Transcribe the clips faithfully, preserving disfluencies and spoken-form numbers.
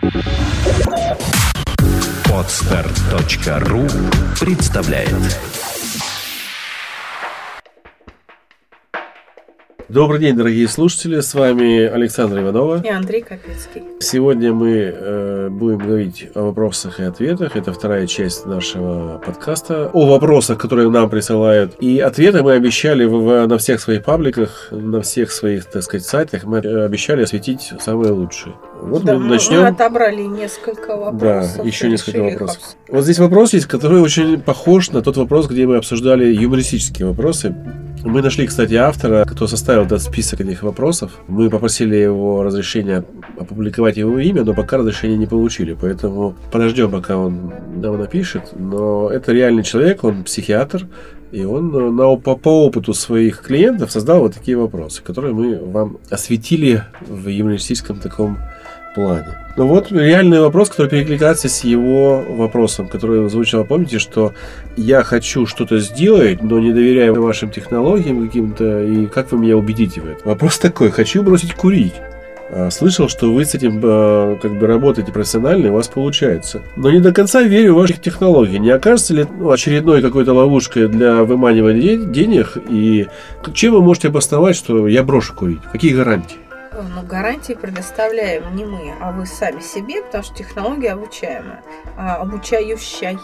Подстер точка ру представляет. Добрый день, дорогие слушатели, с вами Александр Иванова и Андрей Капецкий. Сегодня мы э, будем говорить о вопросах и ответах. Это вторая часть нашего подкаста. О вопросах, которые нам присылают. И ответы мы обещали в, на всех своих пабликах, на всех своих, так сказать, сайтах. Мы обещали осветить самые лучшие. Вот да, мы начнем. Мы отобрали несколько вопросов. Да, еще несколько вопросов. Вот здесь вопрос есть, который очень похож на тот вопрос, где мы обсуждали юмористические вопросы. Мы нашли, кстати, автора, кто составил этот список этих вопросов. Мы попросили его разрешения опубликовать его имя, но пока разрешения не получили. Поэтому подождем, пока он нам напишет. Но это реальный человек, он психиатр. И он на, по, по опыту своих клиентов создал вот такие вопросы, которые мы вам осветили в юмористическом таком плане. Ну вот реальный вопрос, который перекликается с его вопросом, который он звучал. Помните, что я хочу что-то сделать, но не доверяю вашим технологиям каким-то, и как вы меня убедите в этом? Вопрос такой: хочу бросить курить. Слышал, что вы с этим как бы работаете профессионально, и у вас получается. Но не до конца верю в ваши технологии. Не окажется ли ну, очередной какой-то ловушкой для выманивания денег? И чем вы можете обосновать, что я брошу курить? Какие гарантии? Ну, гарантии предоставляем не мы, а вы сами себе, потому что технология обучаемая, обучающая.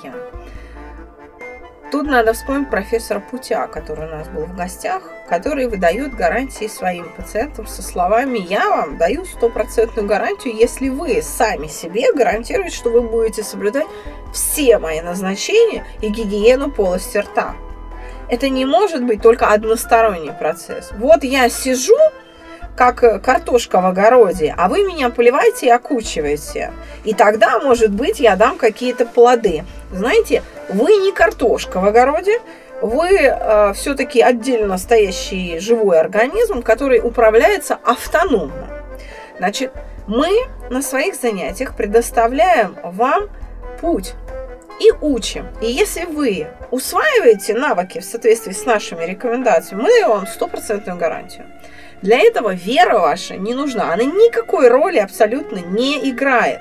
Тут надо вспомнить профессора Путя, который у нас был в гостях, который выдает гарантии своим пациентам со словами: «Я вам даю стопроцентную гарантию, если вы сами себе гарантируете, что вы будете соблюдать все мои назначения и гигиену полости рта». Это не может быть только односторонний процесс. Вот я сижу, как картошка в огороде, а вы меня поливаете и окучиваете. И тогда, может быть, я дам какие-то плоды. Знаете, вы не картошка в огороде, вы э, все-таки отдельно стоящий живой организм, который управляется автономно. Значит, мы на своих занятиях предоставляем вам путь и учим. И если вы усваиваете навыки в соответствии с нашими рекомендациями, мы даем вам стопроцентную гарантию. Для этого вера ваша не нужна. Она никакой роли абсолютно не играет.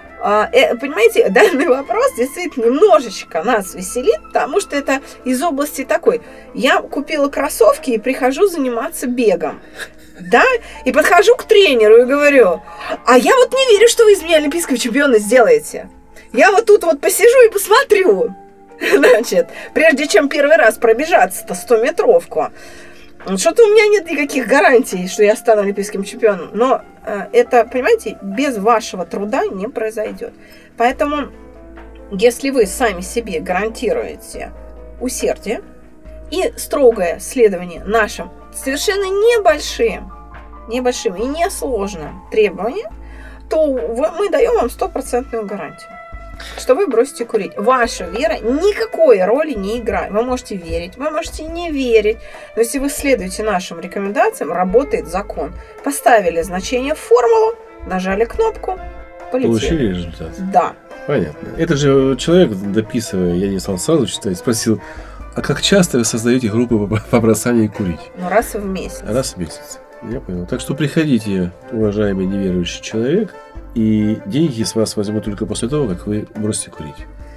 Понимаете, данный вопрос действительно немножечко нас веселит, потому что это из области такой: я купила кроссовки и прихожу заниматься бегом. Да? И подхожу к тренеру и говорю: а я вот не верю, что вы из меня олимпийского чемпиона сделаете. Я вот тут вот посижу и посмотрю. Значит, прежде чем первый раз пробежаться-то стометровку. Что-то у меня нет никаких гарантий, что я стану олимпийским чемпионом. Но э, это, понимаете, без вашего труда не произойдет. Поэтому, если вы сами себе гарантируете усердие и строгое следование нашим совершенно небольшим, небольшим и несложным требованиям, то вы, мы даем вам стопроцентную гарантию, что вы бросите курить. Ваша вера никакой роли не играет. Вы можете верить, вы можете не верить. Но если вы следуете нашим рекомендациям, работает закон. Поставили значение в формулу, нажали кнопку, полетели. Получили результат? Да. Понятно. Это же человек, дописывая, я не стал сразу читать, спросил: а как часто вы создаете группы по бросанию курить? Ну, раз в месяц. Раз в месяц. Я понял. Так что приходите, уважаемый неверующий человек, и деньги с вас возьмут только после того, как вы бросите курить.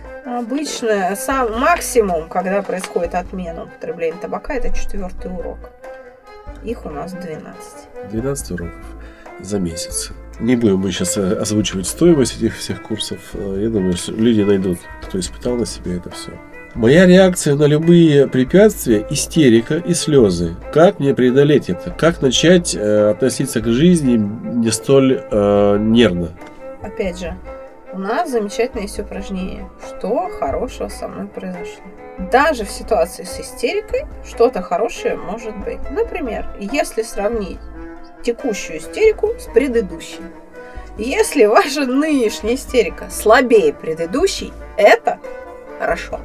Обычно сам максимум, когда происходит отмена употребления табака, это четвертый урок. Их у нас двенадцать. двенадцать уроков за месяц. Не будем мы сейчас озвучивать стоимость этих всех курсов. Я думаю, что люди найдут, кто испытал на себе это все. Моя реакция на любые препятствия – истерика и слезы. Как мне преодолеть это? Как начать э, относиться к жизни не столь э, нервно? Опять же, у нас замечательное есть упражнение. Что хорошего со мной произошло? Даже в ситуации с истерикой что-то хорошее может быть. Например, если сравнить текущую истерику с предыдущей. Если ваша нынешняя истерика слабее предыдущей, это хорошо.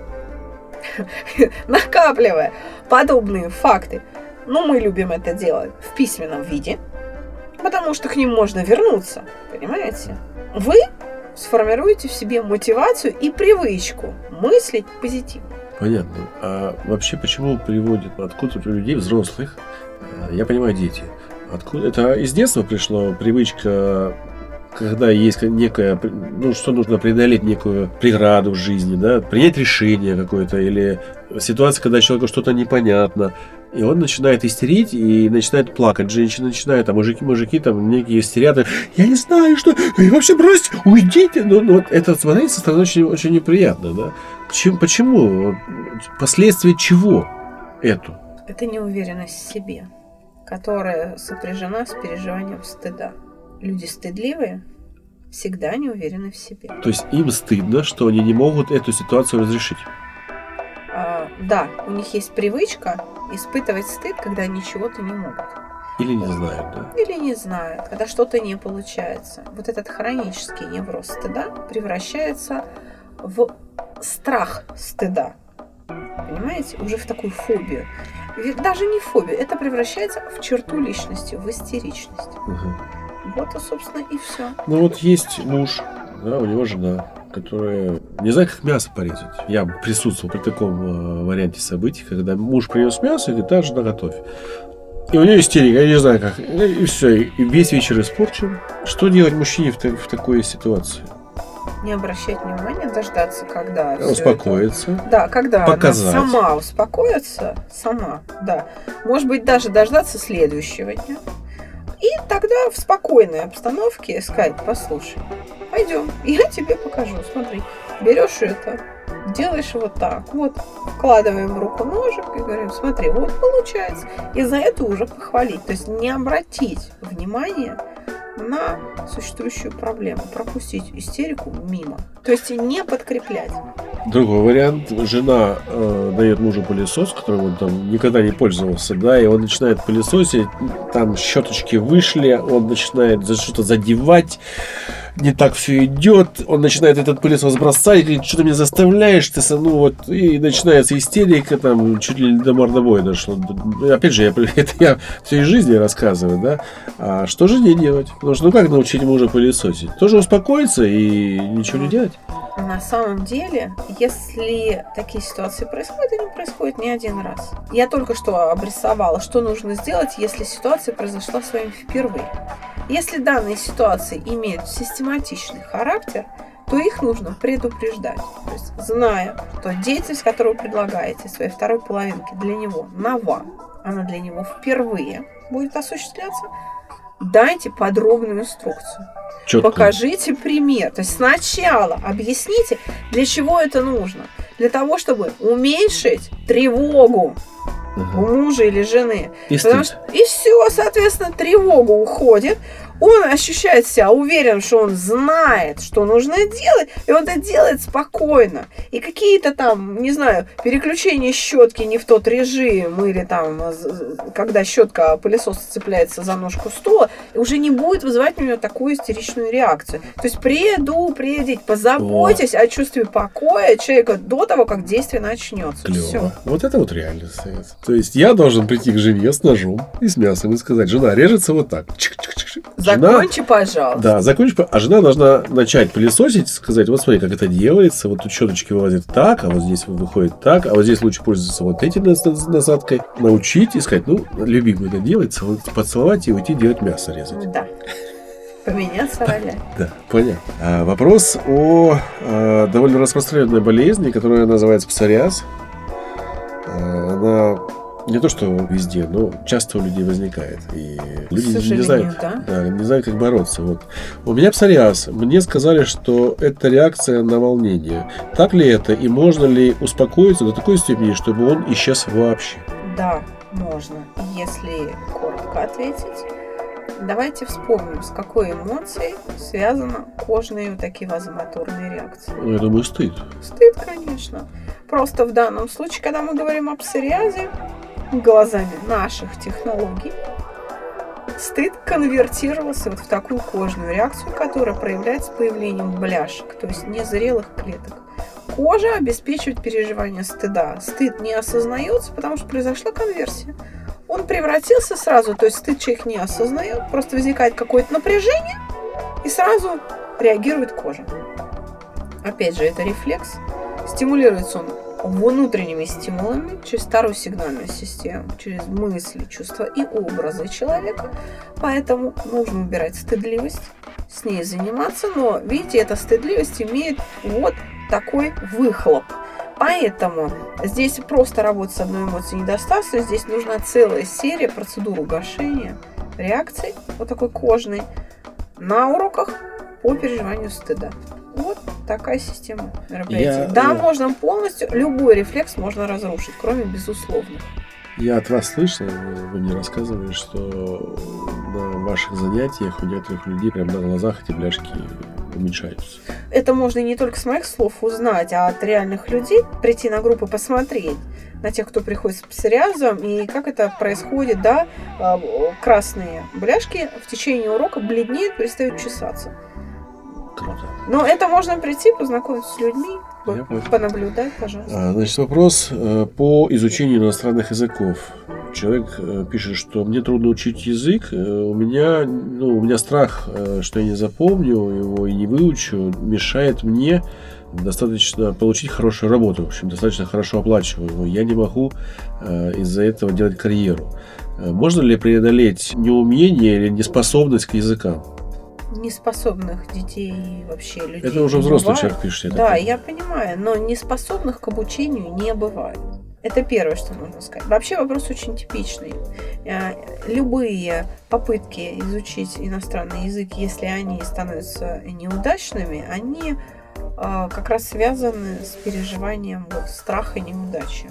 Накапливая подобные факты, но мы любим это делать в письменном виде, потому что к ним можно вернуться, понимаете? Вы сформируете в себе мотивацию и привычку мыслить позитивно. Понятно. А вообще почему приводят, откуда у людей взрослых, я понимаю, дети, откуда это из детства пришло привычка когда есть некая, ну, что нужно преодолеть некую преграду в жизни, да, принять решение какое-то, или ситуация, когда человеку что-то непонятно, и он начинает истерить и начинает плакать. Женщины начинают, а мужики, мужики там некие истерят. Я не знаю, что... И вообще бросьте, уйдите. Ну, ну, вот это, смотрите, со стороны очень, очень неприятно, да. Почему? Почему? Последствия чего эту? Это неуверенность в себе, которая сопряжена с переживанием стыда. Люди стыдливые всегда не уверены в себе. То есть им стыдно, что они не могут эту ситуацию разрешить? А, да, у них есть привычка испытывать стыд, когда они чего-то не могут. Или не знают, да? Или не знают, когда что-то не получается. Вот этот хронический невроз стыда превращается в страх стыда. Понимаете? Уже в такую фобию. Ведь даже не фобию, это превращается в черту личности, в истеричность. Угу. Вот, и, собственно, и все. Ну вот есть муж, да, у него жена, которая не знает, как мясо порезать. Я присутствовал при таком э, варианте событий, когда муж принес мясо и говорит, да, жена, готовь. И у нее истерика, я не знаю как. И все, и весь вечер испорчен. Что делать мужчине в, в такой ситуации? Не обращать внимания, дождаться, когда успокоиться. Это... Да, когда показать. Она сама успокоится, сама, да. Может быть, даже дождаться следующего дня. И тогда в спокойной обстановке сказать, послушай, пойдем, я тебе покажу, смотри, берешь это, делаешь вот так, вот, вкладываем в руку ножик и говорим, смотри, вот получается. И за это уже похвалить, то есть не обратить внимание на существующую проблему, пропустить истерику мимо, то есть не подкреплять. Другой вариант. Жена э, дает мужу пылесос, которым он там никогда не пользовался, да, и он начинает пылесосить, там щеточки вышли, он начинает за что-то задевать, не так все идет, он начинает этот пылесос бросать, говорит, что ты меня заставляешь, ты, ну вот, и начинается истерика, там, чуть ли не до мордобоя дошло. Опять же, я, это я всей жизни рассказываю, да, а что же не делать? Потому что, ну как научить мужа пылесосить? Тоже успокоиться и ничего не делать? На самом деле, если такие ситуации происходят, они происходят не один раз. Я только что обрисовала, что нужно сделать, если ситуация произошла с вами впервые. Если данные ситуации имеют систематичный характер, то их нужно предупреждать. То есть, зная, что деятельность, которую вы предлагаете своей второй половинке, для него нова, она для него впервые будет осуществляться, дайте подробную инструкцию. Четко. Покажите пример. То есть сначала объясните, для чего это нужно. Для того, чтобы уменьшить тревогу Угу. у мужа или жены. И, Потому что, и все, соответственно, тревога уходит. Он ощущает себя уверен, что он знает, что нужно делать, и он это делает спокойно. И какие-то там, не знаю, переключения щетки не в тот режим, или там, когда щетка пылесоса цепляется за ножку стула, уже не будет вызывать у него такую истеричную реакцию. То есть предупредить, позаботьтесь о, о чувстве покоя человека до того, как действие начнется. Клево. Все. Вот это вот реально совет. То есть я должен прийти к жене с ножом и с мясом и сказать, жена, режется вот так. Чик-чик-чик. Закончи, жена, пожалуйста. Да, закончи. А жена должна начать пылесосить, сказать, вот смотри, как это делается. Вот тут щеточки вылазят так, а вот здесь выходит так, а вот здесь лучше пользоваться вот этой насадкой. Научить и сказать, ну, любимый, это делается, вот поцеловать и уйти делать мясо резать. Да. Поменяться ролями. Да, понятно. А, вопрос о а, довольно распространенной болезни, которая называется псориаз. А, она не то, что везде, но часто у людей возникает. И люди не знают, да? Да, не знают, как бороться. Вот. У меня псориаз. Мне сказали, что это реакция на волнение. Так ли это? И можно ли успокоиться до такой степени, чтобы он исчез вообще? Да, можно. Если коротко ответить, давайте вспомним, с какой эмоцией связаны кожные вот такие вазомоторные реакции. Ну, я думаю, стыд. Стыд, конечно. Просто в данном случае, когда мы говорим о псориазе, глазами наших технологий, стыд конвертировался вот в такую кожную реакцию, которая проявляется появлением бляшек, то есть незрелых клеток. Кожа обеспечивает переживание стыда. Стыд не осознается, потому что произошла конверсия. Он превратился сразу, то есть стыд человек не осознает, просто возникает какое-то напряжение, и сразу реагирует кожа. Опять же, это рефлекс. Стимулируется он внутренними стимулами, через вторую сигнальную систему, через мысли, чувства и образы человека. Поэтому нужно убирать стыдливость, с ней заниматься, но, видите, эта стыдливость имеет вот такой выхлоп. Поэтому здесь просто работать с одной эмоцией недостаточно, здесь нужна целая серия процедур угошения реакций, вот такой кожной, на уроках по переживанию стыда. Вот такая система мероприятий. Я, да, я... можно полностью, любой рефлекс можно разрушить, кроме безусловных. Я от вас слышал, вы мне рассказывали, что на ваших занятиях у некоторых людей прямо на глазах эти бляшки уменьшаются. Это можно не только с моих слов узнать, а от реальных людей прийти на группы, посмотреть на тех, кто приходит с псориазом, и как это происходит, да, красные бляшки в течение урока бледнеют, перестают чесаться. Круто. Но это можно прийти, познакомиться с людьми, понаблюдать, пожалуйста. Значит, вопрос по изучению иностранных языков. Человек пишет, что мне трудно учить язык, у меня, ну, у меня страх, что я не запомню его и не выучу, мешает мне достаточно получить хорошую работу, в общем, достаточно хорошо оплачиваемую. Я не могу из-за этого делать карьеру. Можно ли преодолеть неумение или неспособность к языкам? Неспособных детей вообще людей. Это уже взрослый человек пишет. Да, такой. Я понимаю, но неспособных к обучению не бывает. Это первое, что нужно сказать. Вообще вопрос очень типичный. Любые попытки изучить иностранный язык, если они становятся неудачными, они как раз связаны с переживанием вот, страха неудачи.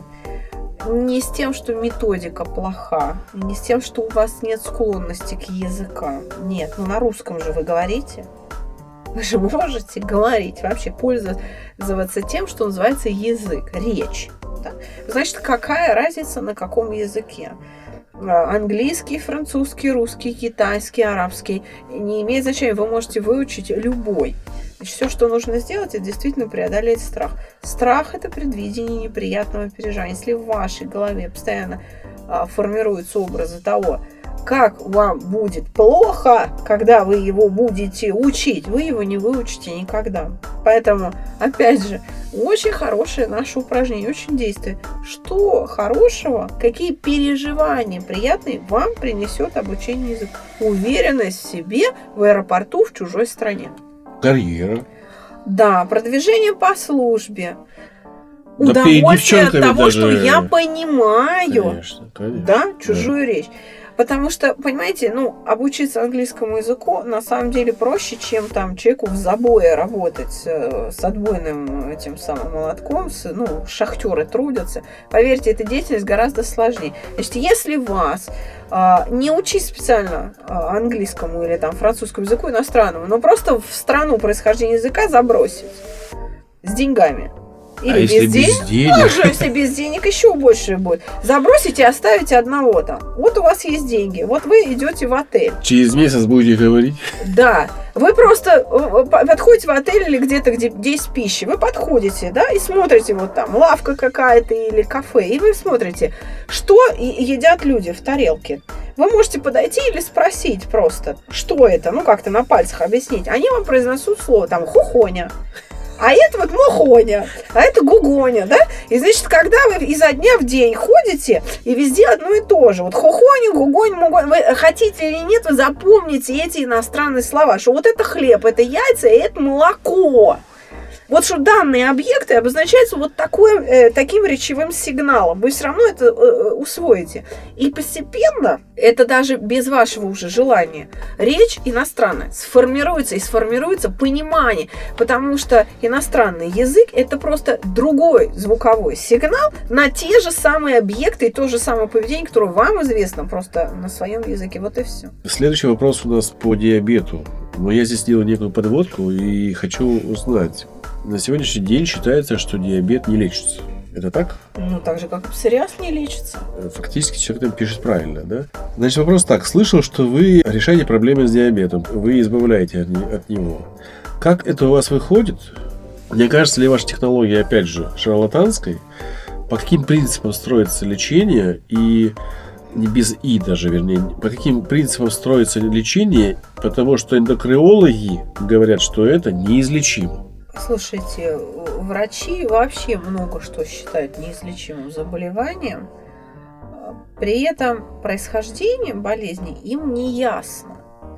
Не с тем, что методика плоха, не с тем, что у вас нет склонности к языкам. Нет, ну на русском же вы говорите. Вы же можете говорить, вообще пользоваться тем, что называется язык, речь. Да? Значит, какая разница на каком языке? Английский, французский, русский, китайский, арабский. Не имеет значения, вы можете выучить любой. Значит, все, что нужно сделать, это действительно преодолеть страх. Страх – это предвидение неприятного переживания. Если в вашей голове постоянно а, формируются образы того, как вам будет плохо, когда вы его будете учить, вы его не выучите никогда. Поэтому, опять же, очень хорошее наше упражнение, очень действенное. Что хорошего, какие переживания приятные вам принесет обучение языку? Уверенность в себе в аэропорту в чужой стране. Карьера. Да, продвижение по службе. Да, удовольствие от того, даже... что я понимаю, конечно, конечно. Да, чужую да. речь. Потому что, понимаете, ну, обучиться английскому языку на самом деле проще, чем там человеку в забое работать э, с отбойным этим самым молотком, с, ну, шахтеры трудятся. Поверьте, эта деятельность гораздо сложнее. Значит, если вас э, не учить специально э, английскому или там французскому языку иностранному, но просто в страну происхождения языка забросить с деньгами. Или а без, если ден... без денег? Тоже, если без денег, еще больше будет. Забросите и оставите одного там. Вот у вас есть деньги. Вот вы идете в отель. Через месяц будете говорить? Да. Вы просто подходите в отель или где-то, где есть пища. Вы подходите, да, и смотрите, вот там лавка какая-то или кафе. И вы смотрите, что едят люди в тарелке. Вы можете подойти или спросить просто, что это. Ну, как-то на пальцах объяснить. Они вам произнесут слово, там, хухоня. А это вот мохоня, а это гугоня, да? И, значит, когда вы изо дня в день ходите, и везде одно и то же. Вот хухоня, гугонь, мугонь. Вы хотите или нет, вы запомните эти иностранные слова, что вот это хлеб, это яйца, и это молоко. Вот что данные объекты обозначаются вот такой, э, таким речевым сигналом. Вы все равно это э, усвоите. И постепенно, это даже без вашего уже желания, речь иностранная сформируется и сформируется понимание. Потому что иностранный язык – это просто другой звуковой сигнал на те же самые объекты и то же самое поведение, которое вам известно просто на своем языке. Вот и все. Следующий вопрос у нас по диабету. Но я здесь делаю некую подводку и хочу узнать. На сегодняшний день считается, что диабет не лечится. Это так? Ну, так же, как и псориаз не лечится. Фактически человек там пишет правильно, да? Значит, вопрос так. Слышал, что вы решаете проблемы с диабетом. Вы избавляете от него. Как это у вас выходит? Мне кажется ли ваша технология, опять же, шарлатанской? По каким принципам строится лечение и... Не без «и» даже, вернее. По каким принципам строится лечение? Потому что эндокринологи говорят, что это неизлечимо. Слушайте, врачи вообще много что считают неизлечимым заболеванием. При этом происхождение болезни им не ясно.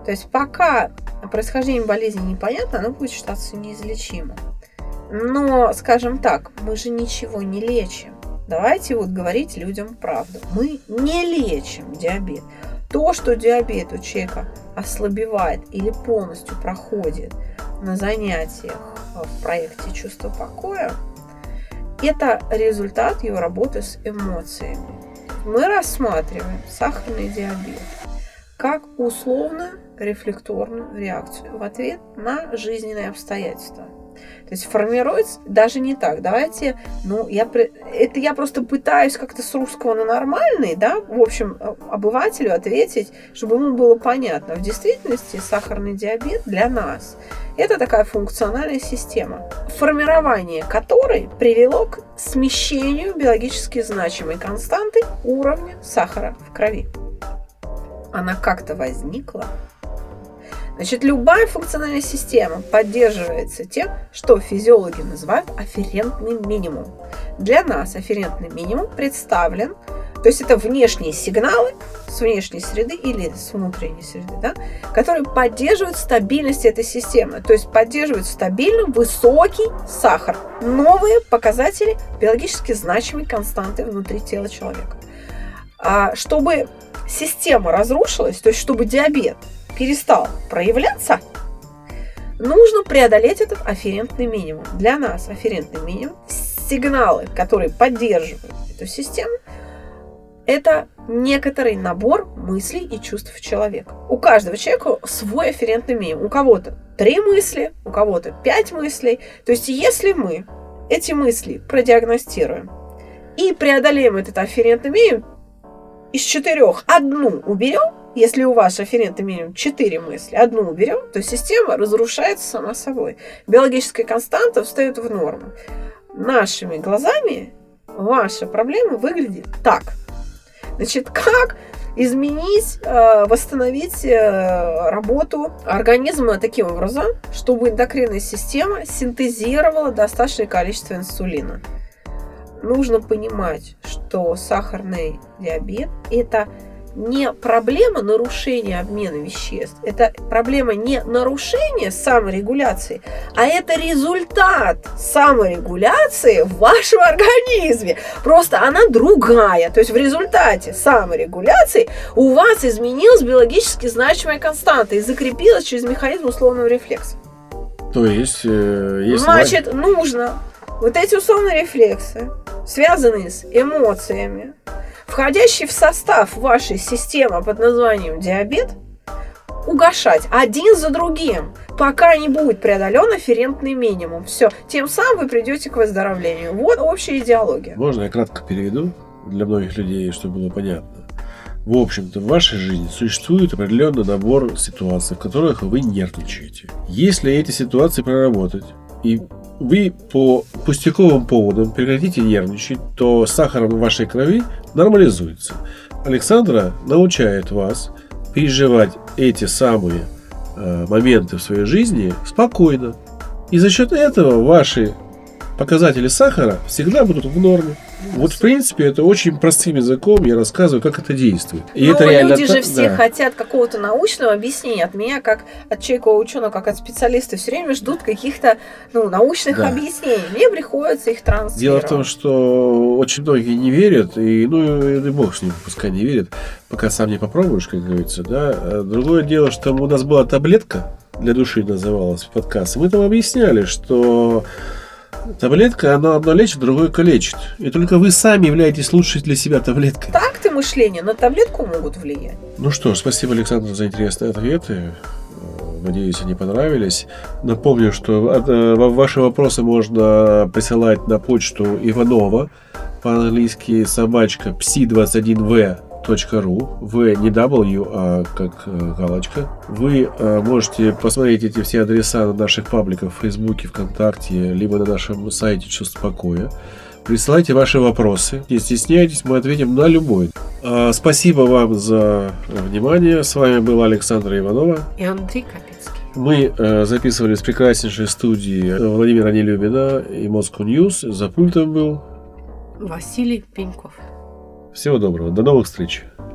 То есть пока происхождение болезни непонятно, оно будет считаться неизлечимым. Но, скажем так, мы же ничего не лечим. Давайте вот говорить людям правду. Мы не лечим диабет. То, что диабет у человека ослабевает или полностью проходит на занятиях в проекте «Чувство покоя», это результат его работы с эмоциями. Мы рассматриваем сахарный диабет как условно-рефлекторную реакцию в ответ на жизненные обстоятельства. То есть формируется даже не так. Давайте, ну, я, это я просто пытаюсь как-то с русского на нормальный, да, в общем, обывателю ответить, чтобы ему было понятно. В действительности сахарный диабет для нас – это такая функциональная система, формирование которой привело к смещению биологически значимой константы уровня сахара в крови. Она как-то возникла. Значит, любая функциональная система поддерживается тем, что физиологи называют афферентный минимум. Для нас афферентный минимум представлен, то есть это внешние сигналы с внешней среды или с внутренней среды, да, которые поддерживают стабильность этой системы, то есть поддерживают стабильно высокий сахар, новые показатели биологически значимой константы внутри тела человека. А чтобы система разрушилась, то есть чтобы диабет перестал проявляться, нужно преодолеть этот афферентный минимум. Для нас афферентный минимум, сигналы, которые поддерживают эту систему, это некоторый набор мыслей и чувств человека. У каждого человека свой афферентный минимум. У кого-то три мысли, у кого-то пять мыслей. То есть если мы эти мысли продиагностируем и преодолеем этот афферентный минимум, из четырех одну уберем, если у вас афферентный минимум четыре мысли, одну уберем, то система разрушается сама собой. Биологическая константа встает в норму. Нашими глазами ваша проблема выглядит так. Значит, как изменить, восстановить работу организма таким образом, чтобы эндокринная система синтезировала достаточное количество инсулина? Нужно понимать, что сахарный диабет – это не проблема нарушения обмена веществ, это проблема не нарушения саморегуляции, а это результат саморегуляции в вашем организме. Просто она другая. То есть в результате саморегуляции у вас изменилась биологически значимая константа и закрепилась через механизм условного рефлекса. То есть, э, если... Значит, нужно вот эти условные рефлексы, связанные с эмоциями, входящие в состав вашей системы под названием диабет, угошать один за другим, пока не будет преодолен афферентный минимум. Все, тем самым вы придете к выздоровлению. Вот общая идеология. Можно я кратко переведу для многих людей, чтобы было понятно? В общем-то, в вашей жизни существует определенный набор ситуаций, в которых вы нервничаете. Если эти ситуации проработать, и вы по пустяковым поводам прекратите нервничать, то сахар в вашей крови нормализуется. Александра научает вас переживать эти самые э, моменты в своей жизни спокойно. И за счет этого ваши показатели сахара всегда будут в норме. Вот, в принципе, это очень простым языком я рассказываю, как это действует. И Но это люди же так, все да. хотят какого-то научного объяснения от меня, как от человека ученого, как от специалиста. Все время ждут каких-то ну, научных Да. объяснений. Мне приходится их транслировать. Дело в том, что очень многие не верят, и ну и бог с ним, пускай не верят, пока сам не попробуешь, как говорится, да. Другое дело, что у нас была таблетка, для души называлась подкаст, и мы там объясняли, что таблетка, она одно лечит, другое калечит. И только вы сами являетесь лучшей для себя таблеткой. Так-то мышления на таблетку могут влиять. Ну что ж, спасибо, Александр, за интересные ответы. Надеюсь, они понравились. Напомню, что от, э, ваши вопросы можно присылать на почту Иванова, по-английски собачка пси двадцать один вэ точка ру. В не W, а как э, галочка. Вы э, можете посмотреть эти все адреса на наших пабликах в Фейсбуке, ВКонтакте, либо на нашем сайте «Чувство покоя». Присылайте ваши вопросы. Не стесняйтесь, мы ответим на любой. Э, спасибо вам за внимание. С вами был Александр Иванова И Андрей Капецкий. Мы э, записывали в прекраснейшей студии Владимира Нелюбина и Moscow News. За пультом был Василий Пеньков. Всего доброго. До новых встреч.